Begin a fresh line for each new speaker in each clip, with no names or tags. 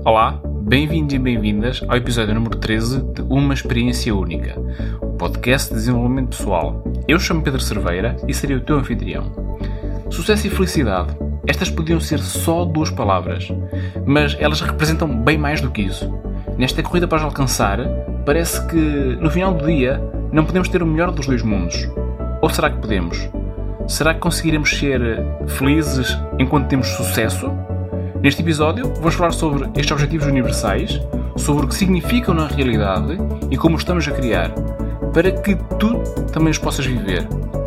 Olá, bem-vindos e bem-vindas ao episódio número 13 de Uma Experiência Única, o podcast de desenvolvimento pessoal. Eu chamo Pedro Cerveira e serei o teu anfitrião. Sucesso e felicidade. Estas podiam ser só duas palavras, mas elas representam bem mais do que isso. Nesta corrida para os alcançar, parece que no final do dia não podemos ter o melhor dos dois mundos. Ou será que podemos? Será que conseguiremos ser felizes enquanto temos sucesso? Neste episódio, vamos falar sobre estes objetivos universais, sobre o que significam na realidade e como os estamos a criar, para que tu também os possas viver.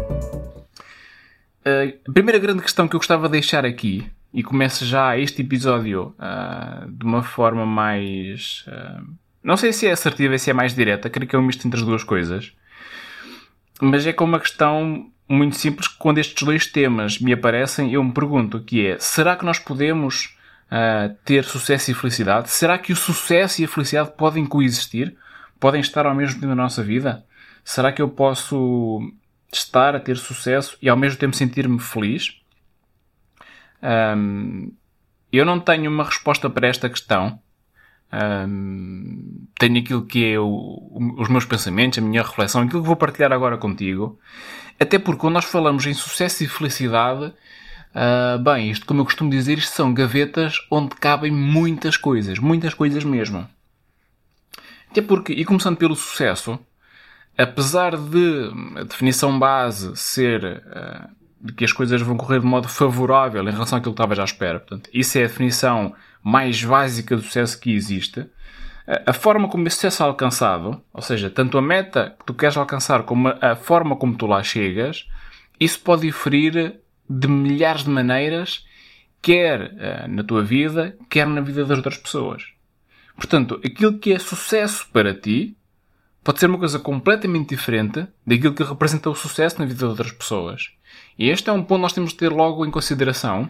A primeira grande questão que eu gostava de deixar aqui, e começo já este episódio de uma forma mais... não sei se é assertiva, se é mais direta, creio que é um misto entre as duas coisas, mas é com uma questão muito simples que quando estes dois temas me aparecem, eu me pergunto, que é, será que nós podemos ter sucesso e felicidade? Será que o sucesso e a felicidade podem coexistir? Podem estar ao mesmo tempo na nossa vida? Será que eu posso estar a ter sucesso e ao mesmo tempo sentir-me feliz? Eu não tenho uma resposta para esta questão. Tenho aquilo que é os meus pensamentos, a minha reflexão, aquilo que vou partilhar agora contigo. Até porque quando nós falamos em sucesso e felicidade, isto, como eu costumo dizer, isto são gavetas onde cabem muitas coisas mesmo. Até porque, e começando pelo sucesso, apesar de a definição base ser de que as coisas vão correr de modo favorável em relação àquilo que estavas à espera, portanto, isso é a definição mais básica do sucesso que existe, a forma como esse sucesso é alcançado, ou seja, tanto a meta que tu queres alcançar como a forma como tu lá chegas, isso pode diferir de milhares de maneiras, quer na tua vida, quer na vida das outras pessoas. Portanto, aquilo que é sucesso para ti pode ser uma coisa completamente diferente daquilo que representa o sucesso na vida de outras pessoas. E este é um ponto que nós temos de ter logo em consideração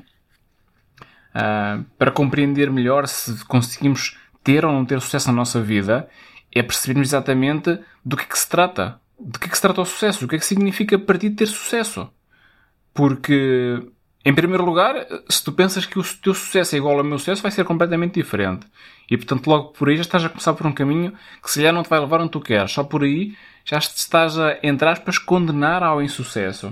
para compreender melhor se conseguimos ter ou não ter sucesso na nossa vida, é percebermos exatamente do que se trata. De que se trata o sucesso? O que é que significa para ti ter sucesso? Porque, em primeiro lugar, se tu pensas que o teu sucesso é igual ao meu sucesso, vai ser completamente diferente. E, portanto, logo por aí já estás a começar por um caminho que se calhar não te vai levar onde tu queres. Só por aí já te estás a, entre aspas, condenar ao insucesso.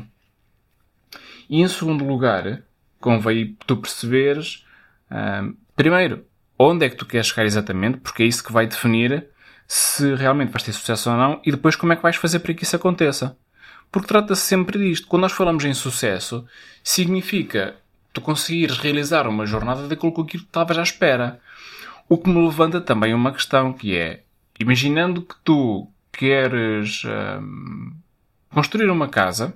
E, em segundo lugar, convém tu perceberes, primeiro, onde é que tu queres chegar exatamente, porque é isso que vai definir se realmente vais ter sucesso ou não, e depois como é que vais fazer para que isso aconteça. Porque trata-se sempre disto. Quando nós falamos em sucesso, significa tu conseguires realizar uma jornada daquilo que estavas à espera. O que me levanta também uma questão que é, imaginando que tu queres construir uma casa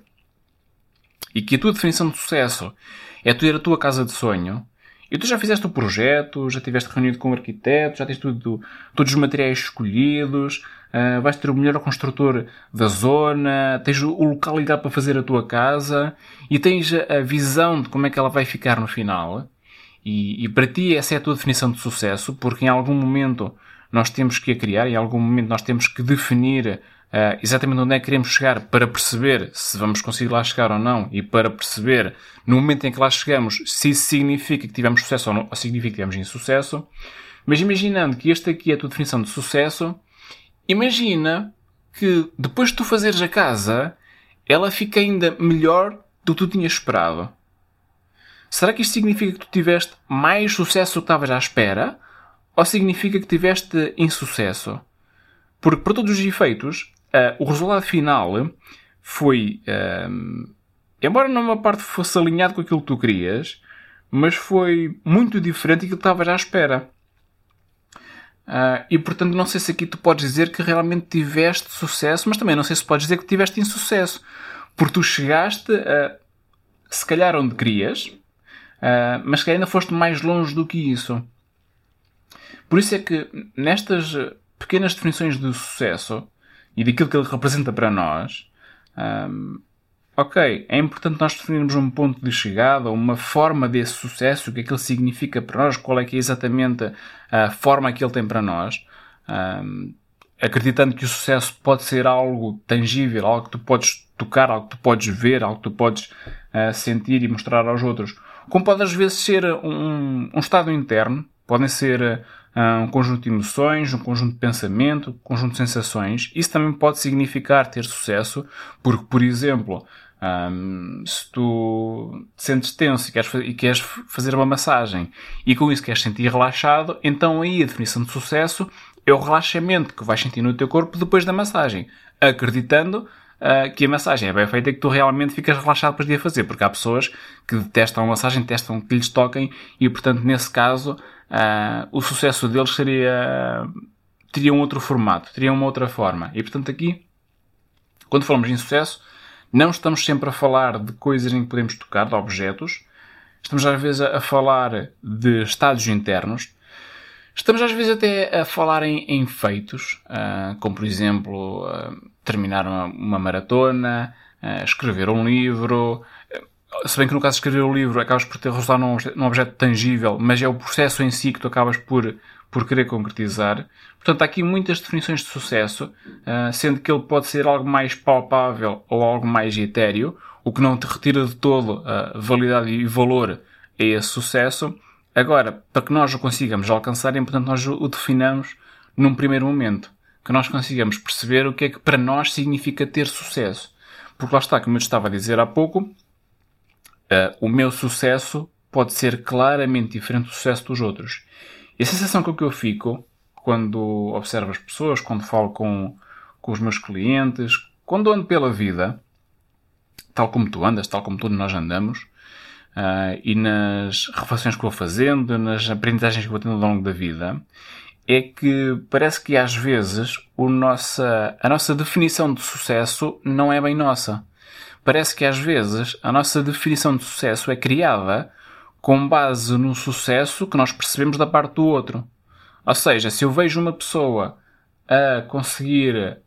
e que a tua definição de sucesso é ter a tua casa de sonho, e tu já fizeste o projeto, já estiveste reunido com o arquiteto, já tens todos os materiais escolhidos, vais ter o melhor construtor da zona, tens o local ideal para fazer a tua casa e tens a visão de como é que ela vai ficar no final. E para ti essa é a tua definição de sucesso, porque em algum momento nós temos que a criar, em algum momento nós temos que definir exatamente onde é que queremos chegar para perceber se vamos conseguir lá chegar ou não, e para perceber no momento em que lá chegamos se isso significa que tivemos sucesso ou não, ou significa que tivemos insucesso. Mas imaginando que esta aqui é a tua definição de sucesso, imagina que depois de tu fazeres a casa, ela fica ainda melhor do que tu tinhas esperado. Será que isto significa que tu tiveste mais sucesso do que estavas à espera? Ou significa que tiveste insucesso? Porque, por todos os efeitos, o resultado final foi, embora numa parte fosse alinhado com aquilo que tu querias, mas foi muito diferente daquilo que estavas à espera. E, portanto, não sei se aqui tu podes dizer que realmente tiveste sucesso, mas também não sei se podes dizer que tiveste insucesso. Porque tu chegaste, se calhar, onde querias, mas se calhar ainda foste mais longe do que isso. Por isso é que, nestas pequenas definições de sucesso e daquilo que ele representa para nós, é importante nós definirmos um ponto de chegada, uma forma desse sucesso, o que é que ele significa para nós, qual é que é exatamente a forma que ele tem para nós, acreditando que o sucesso pode ser algo tangível, algo que tu podes tocar, algo que tu podes ver, algo que tu podes sentir e mostrar aos outros. Como pode às vezes ser um estado interno, Podem ser um conjunto de emoções, um conjunto de pensamento, um conjunto de sensações. Isso também pode significar ter sucesso, porque, por exemplo, se tu te sentes tenso e queres fazer uma massagem e com isso queres sentir relaxado, então aí a definição de sucesso é o relaxamento que vais sentir no teu corpo depois da massagem, acreditando que a massagem é bem feita e que tu realmente ficas relaxado depois de a fazer, porque há pessoas que detestam a massagem, detestam que lhes toquem e, portanto, nesse caso, o sucesso deles teria um outro formato, teria uma outra forma. E, portanto, aqui, quando falamos em sucesso, não estamos sempre a falar de coisas em que podemos tocar, de objetos. Estamos às vezes a falar de estados internos. Estamos às vezes até a falar em feitos, como por exemplo terminar uma maratona, escrever um livro. Se bem que no caso de escrever o livro acabas por ter resultado num objeto tangível, mas é o processo em si que tu acabas por querer concretizar. Portanto, há aqui muitas definições de sucesso, sendo que ele pode ser algo mais palpável ou algo mais etéreo, o que não te retira de todo a validade e valor a esse sucesso. Agora, para que nós o consigamos alcançar, é importante nós o definamos num primeiro momento. Que nós consigamos perceber o que é que para nós significa ter sucesso. Porque lá está, como eu te estava a dizer há pouco, o meu sucesso pode ser claramente diferente do sucesso dos outros. E a sensação com que eu fico quando observo as pessoas, quando falo com os meus clientes, quando ando pela vida, tal como tu andas, tal como todos nós andamos, e nas reflexões que vou fazendo, nas aprendizagens que vou tendo ao longo da vida, é que parece que às vezes a nossa definição de sucesso não é bem nossa. Parece que às vezes a nossa definição de sucesso é criada com base no sucesso que nós percebemos da parte do outro. Ou seja, se eu vejo uma pessoa a conseguir,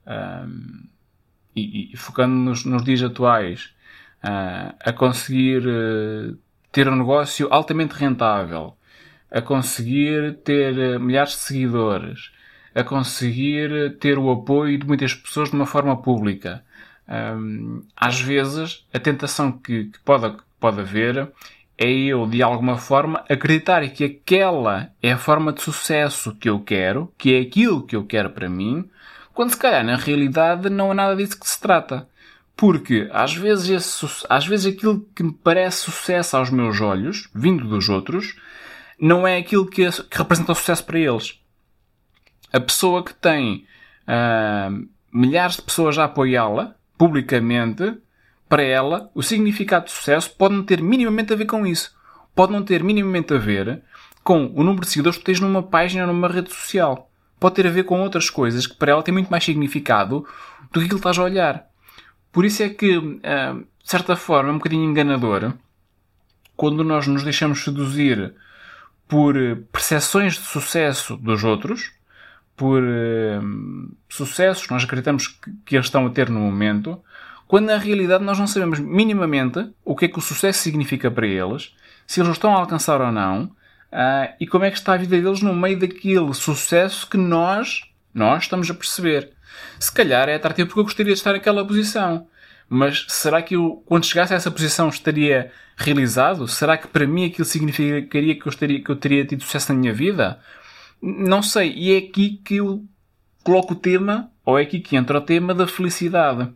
e focando nos dias atuais, a conseguir ter um negócio altamente rentável, a conseguir ter milhares de seguidores, a conseguir ter o apoio de muitas pessoas de uma forma pública. Às vezes, a tentação que pode haver é eu, de alguma forma, acreditar que aquela é a forma de sucesso que eu quero, que é aquilo que eu quero para mim, quando se calhar, na realidade, não é nada disso que se trata. Porque, às vezes aquilo que me parece sucesso aos meus olhos, vindo dos outros, não é aquilo que representa o sucesso para eles. A pessoa que tem milhares de pessoas a apoiá-la, publicamente, para ela, o significado de sucesso pode não ter minimamente a ver com isso. Pode não ter minimamente a ver com o número de seguidores que tens numa página ou numa rede social. Pode ter a ver com outras coisas que para ela têm muito mais significado do que aquilo que estás a olhar. Por isso é que, de certa forma, é um bocadinho enganador quando nós nos deixamos seduzir por percepções de sucesso dos outros, por sucessos que nós acreditamos que eles estão a ter no momento, quando na realidade nós não sabemos minimamente o que é que o sucesso significa para eles, se eles o estão a alcançar ou não, e como é que está a vida deles no meio daquele sucesso que nós estamos a perceber. Se calhar é atrativo porque eu gostaria de estar naquela posição, mas será que eu, quando chegasse a essa posição, estaria realizado? Será que para mim aquilo significaria que eu teria tido sucesso na minha vida? Não sei. E é aqui que eu coloco o tema, ou é aqui que entra o tema da felicidade.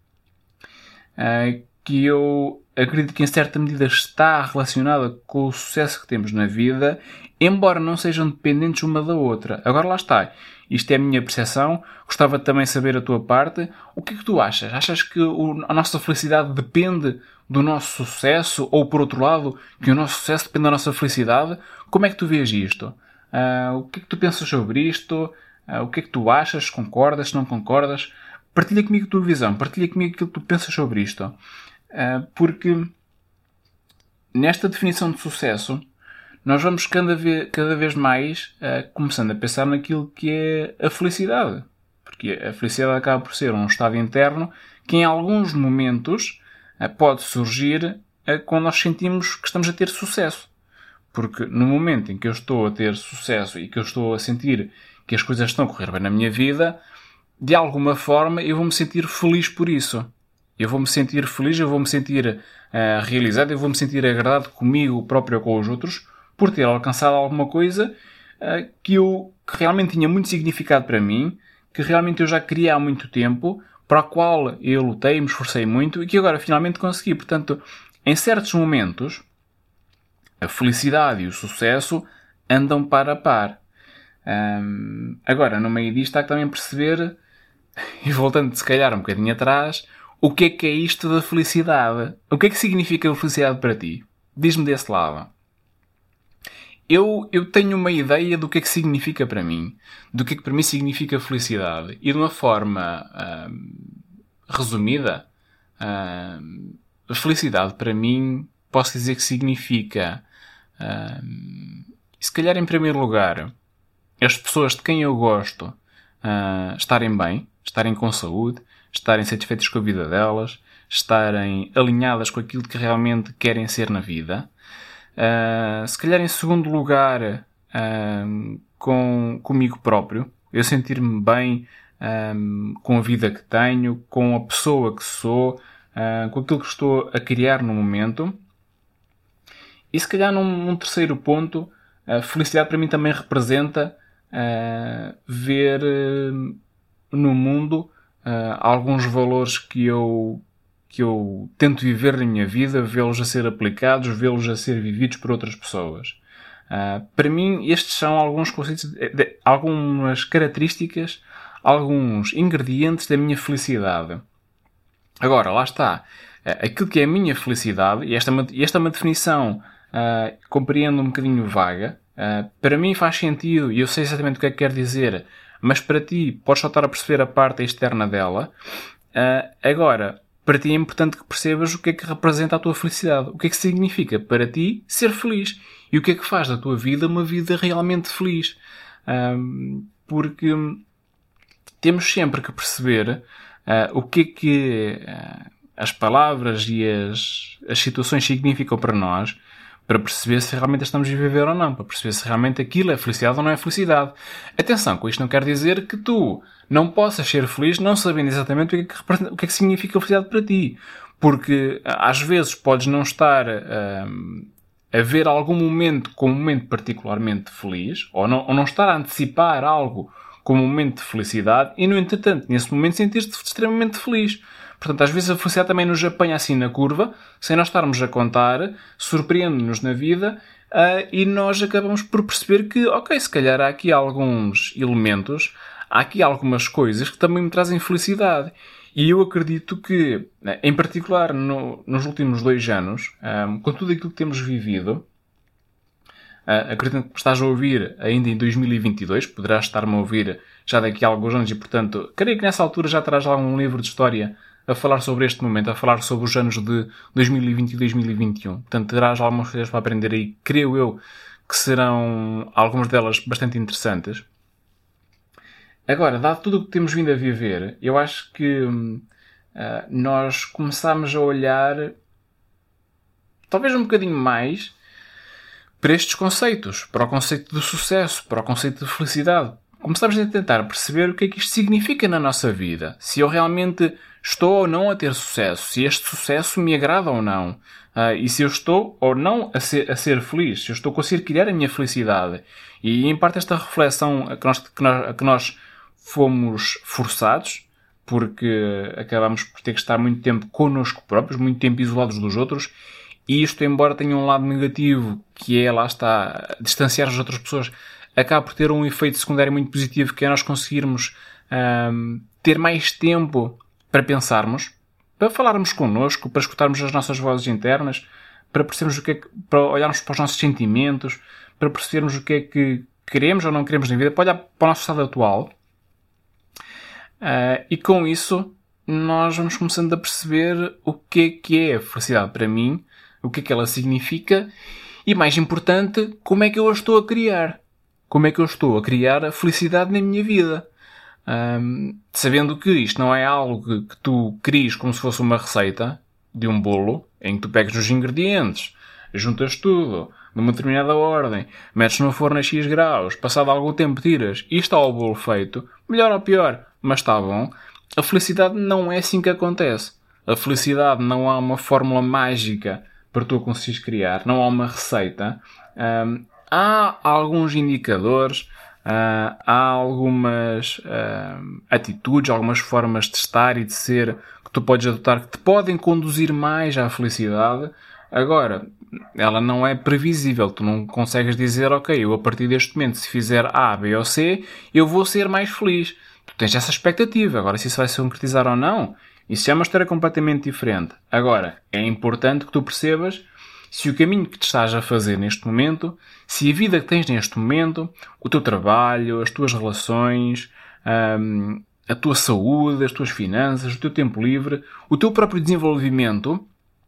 Que eu acredito que em certa medida está relacionada com o sucesso que temos na vida, embora não sejam dependentes uma da outra. Agora lá está. Isto é a minha percepção. Gostava também de saber a tua parte. O que é que tu achas? Achas que a nossa felicidade depende do nosso sucesso? Ou, por outro lado, que o nosso sucesso depende da nossa felicidade? Como é que tu vês isto? O que é que tu pensas sobre isto? O que é que tu achas? Concordas? Não concordas? Partilha comigo a tua visão. Partilha comigo aquilo que tu pensas sobre isto. Porque nesta definição de sucesso nós vamos cada vez mais começando a pensar naquilo que é a felicidade. Porque a felicidade acaba por ser um estado interno que em alguns momentos pode surgir quando nós sentimos que estamos a ter sucesso. Porque no momento em que eu estou a ter sucesso e que eu estou a sentir que as coisas estão a correr bem na minha vida, de alguma forma eu vou-me sentir feliz por isso. Eu vou-me sentir feliz, eu vou-me sentir realizado, eu vou-me sentir agradado comigo próprio ou com os outros por ter alcançado alguma coisa que realmente tinha muito significado para mim, que realmente eu já queria há muito tempo, para a qual eu lutei, me esforcei muito e que agora finalmente consegui. Portanto, em certos momentos, a felicidade e o sucesso andam par a par. Agora, no meio disto, há que também perceber, e voltando se calhar um bocadinho atrás, o que é isto da felicidade? O que é que significa a felicidade para ti? Diz-me desse lado. Eu tenho uma ideia do que é que significa para mim. Do que é que para mim significa felicidade. E de uma forma resumida, a felicidade para mim posso dizer que significa, se calhar em primeiro lugar, as pessoas de quem eu gosto estarem bem, estarem com saúde, estarem satisfeitas com a vida delas, estarem alinhadas com aquilo que realmente querem ser na vida. Se calhar em segundo lugar, comigo próprio, eu sentir-me bem com a vida que tenho, com a pessoa que sou, com aquilo que estou a criar no momento. E se calhar num terceiro ponto, a felicidade para mim também representa ver no mundo alguns valores que eu tento viver na minha vida, vê-los a ser aplicados, vê-los a ser vividos por outras pessoas. Para mim, estes são alguns conceitos, algumas características, alguns ingredientes da minha felicidade. Agora, lá está. Aquilo que é a minha felicidade, e esta é uma definição compreendo um bocadinho vaga, para mim faz sentido, e eu sei exatamente o que é que quer dizer, mas para ti podes só estar a perceber a parte externa dela. Agora, para ti é importante que percebas o que é que representa a tua felicidade. O que é que significa para ti ser feliz. E o que é que faz da tua vida uma vida realmente feliz. Porque temos sempre que perceber o que é que as palavras e as situações significam para nós, para perceber se realmente estamos a viver ou não, para perceber se realmente aquilo é felicidade ou não é felicidade. Atenção, com isto não quer dizer que tu não possas ser feliz não sabendo exatamente o que é que significa felicidade para ti. Porque às vezes podes não estar a ver algum momento como um momento particularmente feliz, ou não estar a antecipar algo como um momento de felicidade, e no entretanto, nesse momento, sentir-te extremamente feliz. Portanto, às vezes a felicidade também nos apanha assim na curva, sem nós estarmos a contar, surpreende-nos na vida, e nós acabamos por perceber que, ok, se calhar há aqui alguns elementos, há aqui algumas coisas que também me trazem felicidade. E eu acredito que, em particular nos últimos 2 anos, com tudo aquilo que temos vivido, acredito que me estás a ouvir ainda em 2022, poderás estar-me a ouvir já daqui a alguns anos e, portanto, creio que nessa altura já terás lá um livro de história a falar sobre este momento, a falar sobre os anos de 2020 e 2021. Portanto, terás algumas coisas para aprender aí, creio eu, que serão algumas delas bastante interessantes. Agora, dado tudo o que temos vindo a viver, eu acho que nós começámos a olhar talvez um bocadinho mais para estes conceitos, para o conceito de sucesso, para o conceito de felicidade. Começámos a tentar perceber o que é que isto significa na nossa vida. Se eu realmente estou ou não a ter sucesso, se este sucesso me agrada ou não, e se eu estou ou não a ser feliz, se eu estou a conseguir criar a minha felicidade. E em parte esta reflexão que nós fomos forçados, porque acabamos por ter que estar muito tempo connosco próprios, muito tempo isolados dos outros, e isto, embora tenha um lado negativo, que é, lá está, distanciar as outras pessoas, acaba por ter um efeito secundário muito positivo, que é nós conseguirmos ter mais tempo para pensarmos, para falarmos connosco, para escutarmos as nossas vozes internas, para percebermos para olharmos para os nossos sentimentos, para percebermos o que é que queremos ou não queremos na vida, para olhar para o nosso estado atual. E com isso, nós vamos começando a perceber o que é a felicidade para mim, o que é que ela significa e, mais importante, como é que eu a estou a criar. Como é que eu estou a criar a felicidade na minha vida. Sabendo que isto não é algo que tu cries como se fosse uma receita de um bolo, em que tu pegas os ingredientes, juntas tudo, numa determinada ordem, metes no forno a X graus, passado algum tempo tiras e está o bolo feito, melhor ou pior, mas está bom. A felicidade não é assim que acontece. A felicidade não há uma fórmula mágica para tu conseguires criar, não há uma receita. Há alguns indicadores, há algumas atitudes, algumas formas de estar e de ser que tu podes adotar que te podem conduzir mais à felicidade. Agora, ela não é previsível. Tu não consegues dizer, ok, eu a partir deste momento, se fizer A, B ou C, eu vou ser mais feliz. Tu tens essa expectativa. Agora, se isso vai se concretizar ou não, isso é uma história completamente diferente. Agora, é importante que tu percebas se o caminho que te estás a fazer neste momento, se a vida que tens neste momento, o teu trabalho, as tuas relações, a tua saúde, as tuas finanças, o teu tempo livre, o teu próprio desenvolvimento,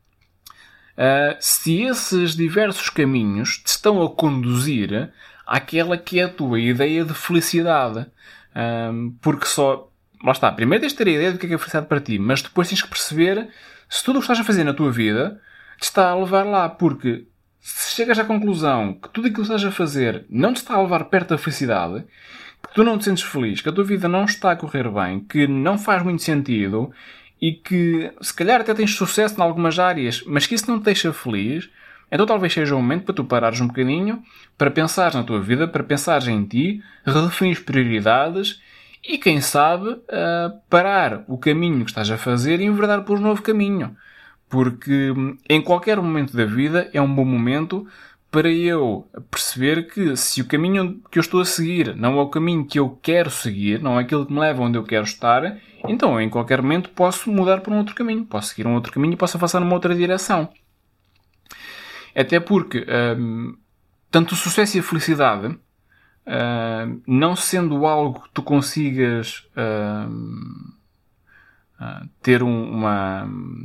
se esses diversos caminhos te estão a conduzir àquela que é a tua ideia de felicidade. Porque só... Lá está. Primeiro tens de ter a ideia do que é felicidade para ti, mas depois tens que perceber se tudo o que estás a fazer na tua vida te está a levar lá. Porque se chegas à conclusão que tudo aquilo que estás a fazer não te está a levar perto da felicidade, que tu não te sentes feliz, que a tua vida não está a correr bem, que não faz muito sentido e que se calhar até tens sucesso em algumas áreas, mas que isso não te deixa feliz, então talvez seja o momento para tu parares um bocadinho, para pensares na tua vida, para pensares em ti, redefinir prioridades e, quem sabe, parar o caminho que estás a fazer e enverdar por um novo caminho. Porque em qualquer momento da vida é um bom momento para eu perceber que se o caminho que eu estou a seguir não é o caminho que eu quero seguir, não é aquilo que me leva onde eu quero estar, então em qualquer momento posso mudar para um outro caminho. Posso seguir um outro caminho e posso avançar numa outra direção. Até porque tanto o sucesso e a felicidade, não sendo algo que tu consigas ter uma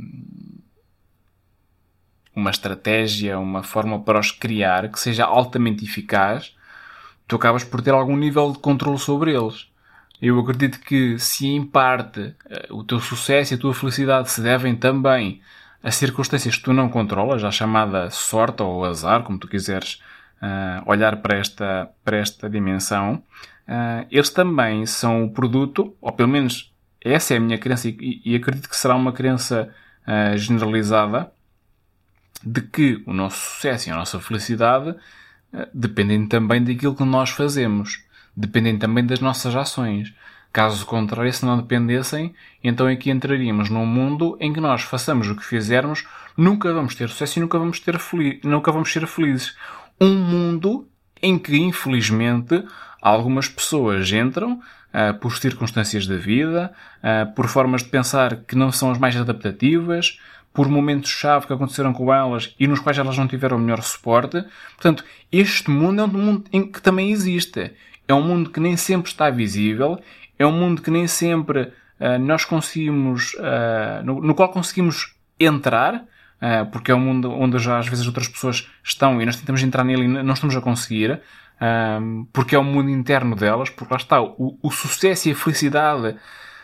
estratégia, uma forma para os criar que seja altamente eficaz, tu acabas por ter algum nível de controle sobre eles. Eu acredito que se em parte o teu sucesso e a tua felicidade se devem também a circunstâncias que tu não controlas, a chamada sorte ou azar, como tu quiseres olhar para esta dimensão, eles também são o produto, ou pelo menos essa é a minha crença e acredito que será uma crença generalizada, de que o nosso sucesso e a nossa felicidade dependem também daquilo que nós fazemos, dependem também das nossas ações. Caso contrário, se não dependessem, então aqui entraríamos num mundo em que nós façamos o que fizermos, nunca vamos ter sucesso e nunca vamos ser felizes. Um mundo em que, infelizmente, algumas pessoas entram por circunstâncias da vida, por formas de pensar que não são as mais adaptativas, por momentos-chave que aconteceram com elas e nos quais elas não tiveram o melhor suporte. Portanto, este mundo é um mundo em que também existe. É um mundo que nem sempre está visível, é um mundo que nem sempre nós conseguimos, no qual conseguimos entrar, porque é um mundo onde já às vezes outras pessoas estão e nós tentamos entrar nele e não estamos a conseguir, porque é um mundo interno delas, porque lá está, o sucesso e a felicidade,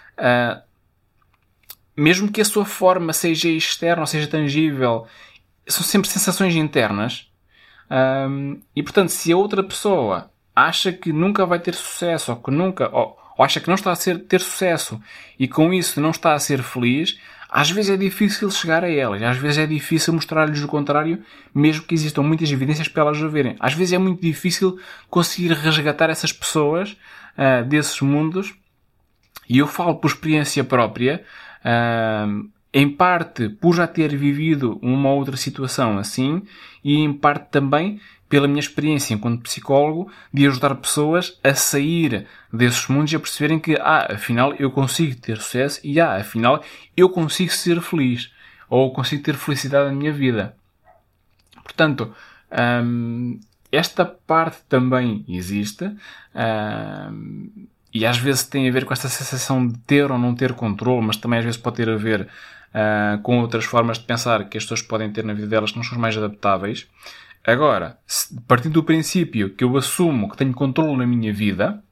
mesmo que a sua forma seja externa ou seja tangível, são sempre sensações internas. E portanto, se a outra pessoa acha que nunca vai ter sucesso, ou acha que não está a ter sucesso e com isso não está a ser feliz, às vezes é difícil chegar a elas, às vezes é difícil mostrar-lhes o contrário, mesmo que existam muitas evidências para elas a verem. Às vezes é muito difícil conseguir resgatar essas pessoas desses mundos, e eu falo por experiência própria, em parte por já ter vivido uma outra situação assim, e em parte também pela minha experiência enquanto psicólogo de ajudar pessoas a sair desses mundos e a perceberem que, afinal eu consigo ter sucesso e, afinal eu consigo ser feliz, ou consigo ter felicidade na minha vida. Portanto, esta parte também existe, e às vezes tem a ver com esta sensação de ter ou não ter controle, mas também às vezes pode ter a ver com outras formas de pensar que as pessoas podem ter na vida delas que não são as mais adaptáveis. Agora, partindo do princípio que eu assumo que tenho controle na minha vida,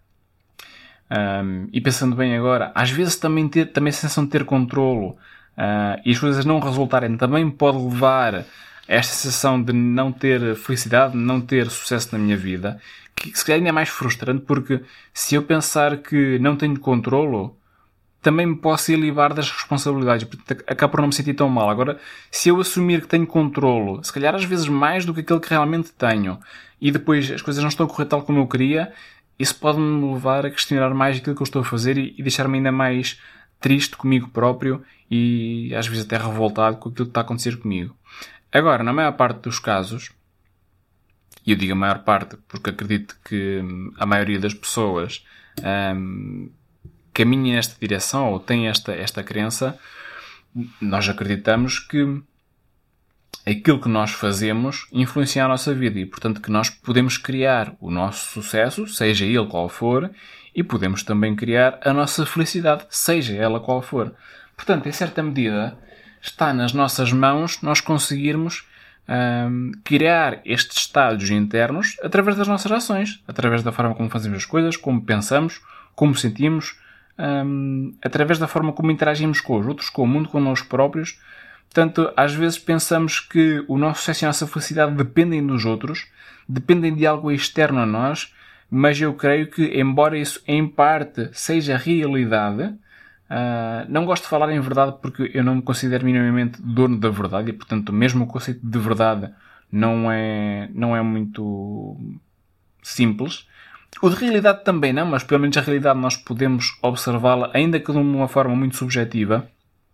e pensando bem agora, às vezes também a sensação de ter controlo e as coisas não resultarem também pode levar a esta sensação de não ter felicidade, de não ter sucesso na minha vida, que se calhar ainda é mais frustrante, porque se eu pensar que não tenho controlo, também me posso ilibar das responsabilidades. Portanto, acabo por não me sentir tão mal. Agora, se eu assumir que tenho controlo, se calhar às vezes mais do que aquele que realmente tenho, e depois as coisas não estão a correr tal como eu queria, isso pode-me levar a questionar mais aquilo que eu estou a fazer e deixar-me ainda mais triste comigo próprio e às vezes até revoltado com aquilo que está a acontecer comigo. Agora, na maior parte dos casos, e eu digo a maior parte porque acredito que a maioria das pessoas caminha nesta direção ou tem esta crença, nós acreditamos que aquilo que nós fazemos influencia a nossa vida e, portanto, que nós podemos criar o nosso sucesso, seja ele qual for, e podemos também criar a nossa felicidade, seja ela qual for. Portanto, em certa medida, está nas nossas mãos nós conseguirmos criar estes estados internos através das nossas ações, através da forma como fazemos as coisas, como pensamos, como sentimos, através da forma como interagimos com os outros, com o mundo, com nós próprios. Portanto, às vezes pensamos que o nosso sucesso e a nossa felicidade dependem dos outros, dependem de algo externo a nós, mas eu creio que, embora isso em parte seja realidade, não gosto de falar em verdade porque eu não me considero minimamente dono da verdade e, portanto, mesmo o conceito de verdade não é muito simples. O de realidade também não, mas pelo menos a realidade nós podemos observá-la, ainda que de uma forma muito subjetiva.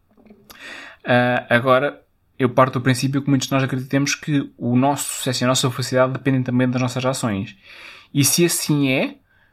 Agora, eu parto do princípio que muitos de nós acreditamos que o nosso sucesso e a nossa felicidade dependem também das nossas ações. E se assim é,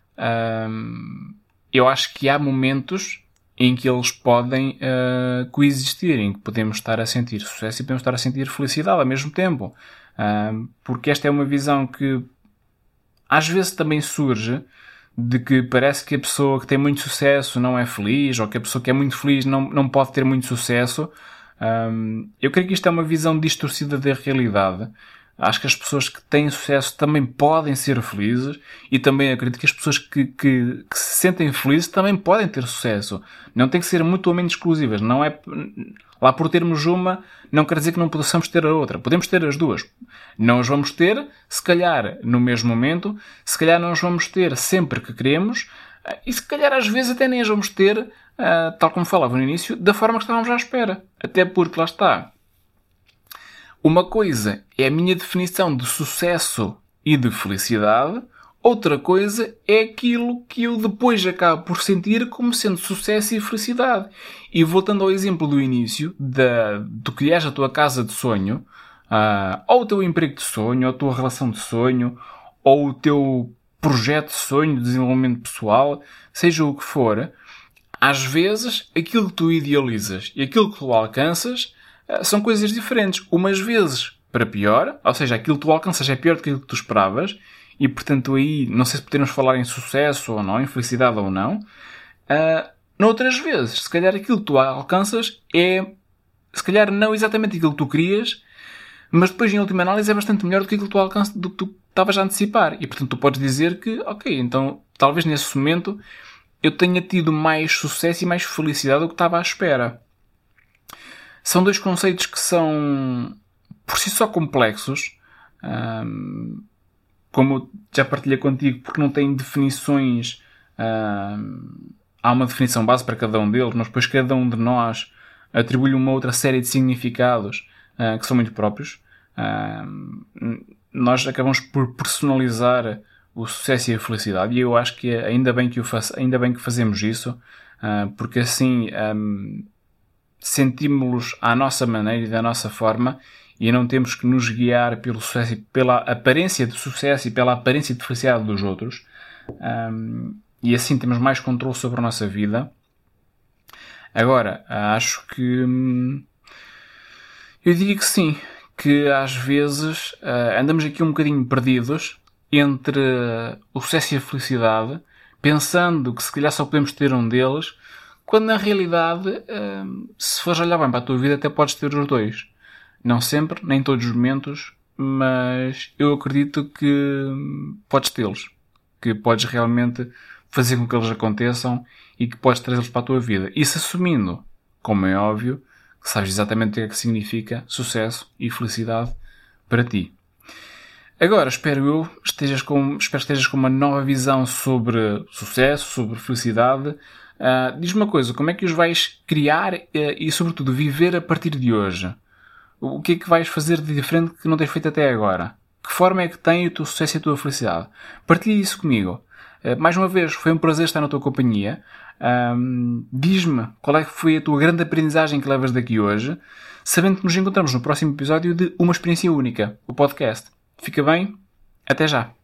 eu acho que há momentos em que eles podem coexistir, em que podemos estar a sentir sucesso e podemos estar a sentir felicidade ao mesmo tempo. Porque esta é uma visão que às vezes também surge de que parece que a pessoa que tem muito sucesso não é feliz, ou que a pessoa que é muito feliz não pode ter muito sucesso. Eu creio que isto é uma visão distorcida da realidade. Acho que as pessoas que têm sucesso também podem ser felizes e também acredito que as pessoas que se sentem felizes também podem ter sucesso. Não tem que ser mutuamente exclusivas. Não é lá por termos uma, não quer dizer que não possamos ter a outra. Podemos ter as duas. Não as vamos ter, se calhar, no mesmo momento. Se calhar não as vamos ter sempre que queremos. E se calhar às vezes até nem as vamos ter, tal como falava no início, da forma que estávamos à espera. Até porque, lá está, uma coisa é a minha definição de sucesso e de felicidade, outra coisa é aquilo que eu depois acabo por sentir como sendo sucesso e felicidade. E voltando ao exemplo do início, do que és a tua casa de sonho, ou o teu emprego de sonho, ou a tua relação de sonho, ou o teu projeto de sonho, de desenvolvimento pessoal, seja o que for, às vezes aquilo que tu idealizas e aquilo que tu alcanças são coisas diferentes. Umas vezes para pior, ou seja, aquilo que tu alcanças é pior do que aquilo que tu esperavas, e portanto aí não sei se podemos falar em sucesso ou não, em felicidade ou não. Noutras vezes, se calhar aquilo que tu alcanças é, se calhar não exatamente aquilo que tu querias, mas depois em última análise é bastante melhor do que aquilo que tu alcanças, do que tu estavas a antecipar. E portanto tu podes dizer que, ok, então talvez nesse momento eu tenha tido mais sucesso e mais felicidade do que estava à espera. São dois conceitos que são por si só complexos, como já partilhei contigo, porque não têm definições. Há uma definição base para cada um deles, mas depois cada um de nós atribui uma outra série de significados que são muito próprios. Nós acabamos por personalizar o sucesso e a felicidade, e eu acho que ainda bem que fazemos isso, porque assim sentimos-los à nossa maneira e da nossa forma, e não temos que nos guiar pelo sucesso, pela aparência de sucesso e pela aparência de felicidade dos outros, e assim temos mais controle sobre a nossa vida. Agora, acho que eu diria que sim, que às vezes andamos aqui um bocadinho perdidos entre o sucesso e a felicidade, pensando que se calhar só podemos ter um deles, quando na realidade, se fores olhar bem para a tua vida, até podes ter os dois. Não sempre, nem em todos os momentos, mas eu acredito que podes tê-los. Que podes realmente fazer com que eles aconteçam e que podes trazê-los para a tua vida. Isso assumindo, como é óbvio, que sabes exatamente o que é que significa sucesso e felicidade para ti. Agora, espero que estejas com uma nova visão sobre sucesso, sobre felicidade. Diz-me uma coisa, como é que os vais criar e, sobretudo, viver a partir de hoje? O que é que vais fazer de diferente que não tens feito até agora? Que forma é que tem o teu sucesso e a tua felicidade? Partilha isso comigo. Mais uma vez, foi um prazer estar na tua companhia. Diz-me qual é que foi a tua grande aprendizagem que levas daqui hoje, sabendo que nos encontramos no próximo episódio de Uma Experiência Única, o podcast. Fica bem? Até já!